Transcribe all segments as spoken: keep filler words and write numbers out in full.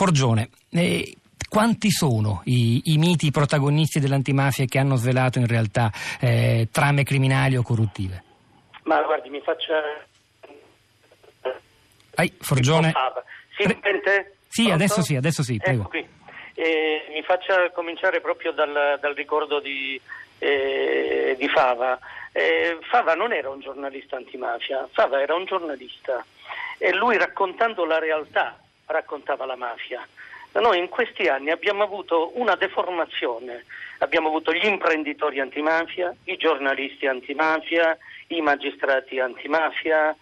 Forgione, eh, quanti sono i, i miti, i protagonisti dell'antimafia che hanno svelato in realtà eh, trame criminali o corruttive? Ma guardi, mi faccia... Ai, Forgione. Si sente? Sì, Pronto? adesso sì, adesso sì, prego. Ecco qui. Eh, mi faccia cominciare proprio dal, dal ricordo di, eh, di Fava. Eh, Fava non era un giornalista antimafia, Fava era un giornalista e lui, raccontando la realtà, raccontava la mafia. Noi in questi anni abbiamo avuto una deformazione, abbiamo avuto gli imprenditori antimafia, i giornalisti antimafia, i magistrati antimafia,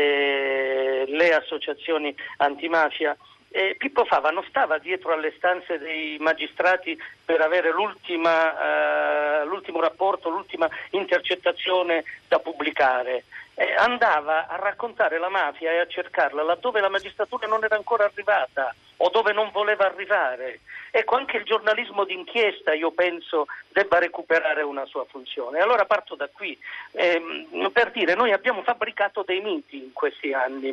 eh, le associazioni antimafia. Eh, Pippo Fava non stava dietro alle stanze dei magistrati per avere l'ultima, eh, l'ultimo rapporto, l'ultima intercettazione da pubblicare. Eh, andava a raccontare la mafia e a cercarla laddove la magistratura non era ancora arrivata o dove non voleva arrivare. Ecco, anche il giornalismo d'inchiesta, io penso, debba recuperare una sua funzione. Allora parto da qui, ehm, per dire, noi abbiamo fabbricato dei miti in questi anni.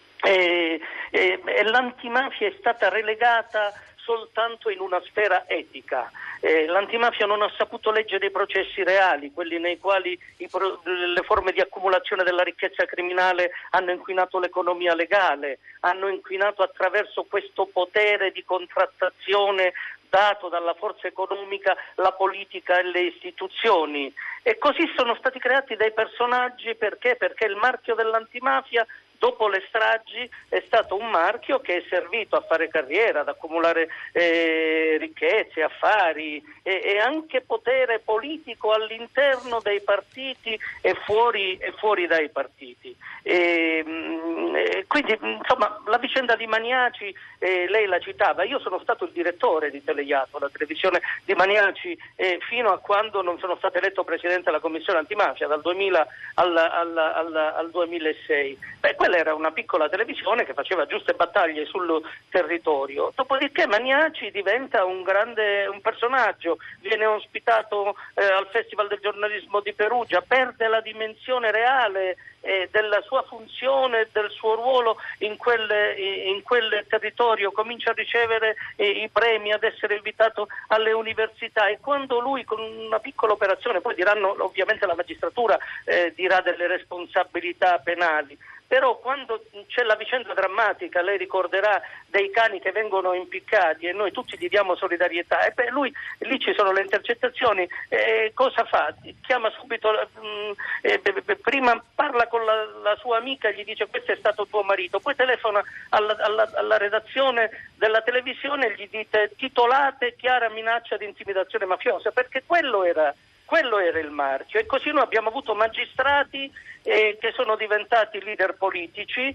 E, e, e l'antimafia è stata relegata soltanto in una sfera etica. Eh, l'antimafia non ha saputo leggere i processi reali, quelli nei quali i pro- le forme di accumulazione della ricchezza criminale hanno inquinato l'economia legale, hanno inquinato attraverso questo potere di contrattazione dato dalla forza economica la politica e le istituzioni. E così sono stati creati dei personaggi, perché? Perché il marchio dell'antimafia dopo le stragi è stato un marchio che è servito a fare carriera, ad accumulare eh, ricchezze, affari e, e anche potere politico all'interno dei partiti e fuori, e fuori dai partiti. E, e quindi insomma la vicenda di Maniaci, eh, lei la citava, io sono stato il direttore di Teleiato, la televisione di Maniaci, eh, fino a quando non sono stato eletto presidente della commissione antimafia, dal duemila al, al, al, al duemilasei. Beh, quella era una piccola televisione che faceva giuste battaglie sul territorio. Dopodiché Maniaci diventa un grande un personaggio, viene ospitato eh, al Festival del giornalismo di Perugia, perde la dimensione reale eh, della sua funzione e del suo ruolo in quel, in quel territorio, comincia a ricevere eh, i premi, ad essere invitato alle università, e quando lui con una piccola operazione, poi diranno ovviamente la magistratura eh, dirà delle responsabilità penali, però quando c'è la vicenda drammatica, lei ricorderà dei cani che vengono impiccati e noi tutti gli diamo solidarietà, e beh, lui lì ci sono le intercettazioni, eh, cosa fa? Chiama subito, mh, eh, prima parla con la, la sua amica e gli dice questo è stato tuo marito, poi telefona alla, alla, alla redazione della televisione e gli dite titolate chiara minaccia di intimidazione mafiosa, perché quello era Quello era il marchio. E così noi abbiamo avuto magistrati eh, che sono diventati leader politici,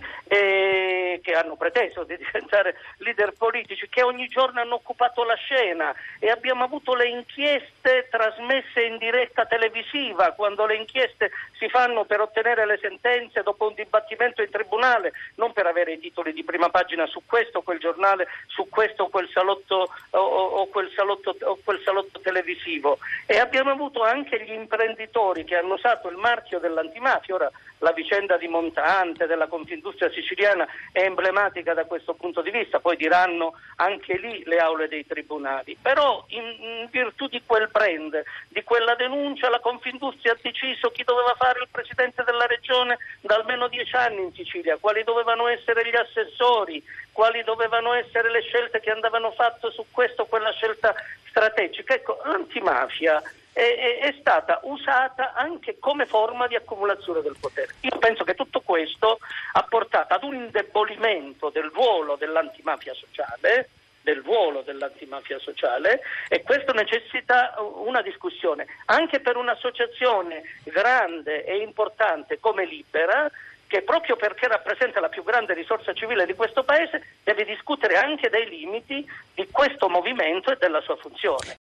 eh, che hanno preteso di diventare leader politici, che ogni giorno hanno occupato la scena, e abbiamo avuto le inchieste trasmesse in diretta televisiva, quando le inchieste si fanno per ottenere le sentenze dopo un dibattimento in tribunale, non per avere i titoli di prima pagina su questo o quel giornale, su questo o quel salotto o, o, quel salotto o quel salotto televisivo. E abbiamo avuto anche gli imprenditori che hanno usato il marchio dell'antimafia. Ora la vicenda di Montante, della Confindustria siciliana, è emblematica da questo punto di vista, poi diranno anche lì le aule dei tribunali, però in, in virtù di quel brand, di quella denuncia, la Confindustria ha deciso chi doveva fare il presidente della regione da almeno dieci anni in Sicilia, quali dovevano essere gli assessori, quali dovevano essere le scelte che andavano fatte su questo o quella scelta strategica. Ecco, l'antimafia È, è stata usata anche come forma di accumulazione del potere. Io penso che tutto questo ha portato ad un indebolimento del ruolo dell'antimafia sociale, del ruolo dell'antimafia sociale, e questo necessita una discussione anche per un'associazione grande e importante come Libera, che proprio perché rappresenta la più grande risorsa civile di questo paese deve discutere anche dei limiti di questo movimento e della sua funzione.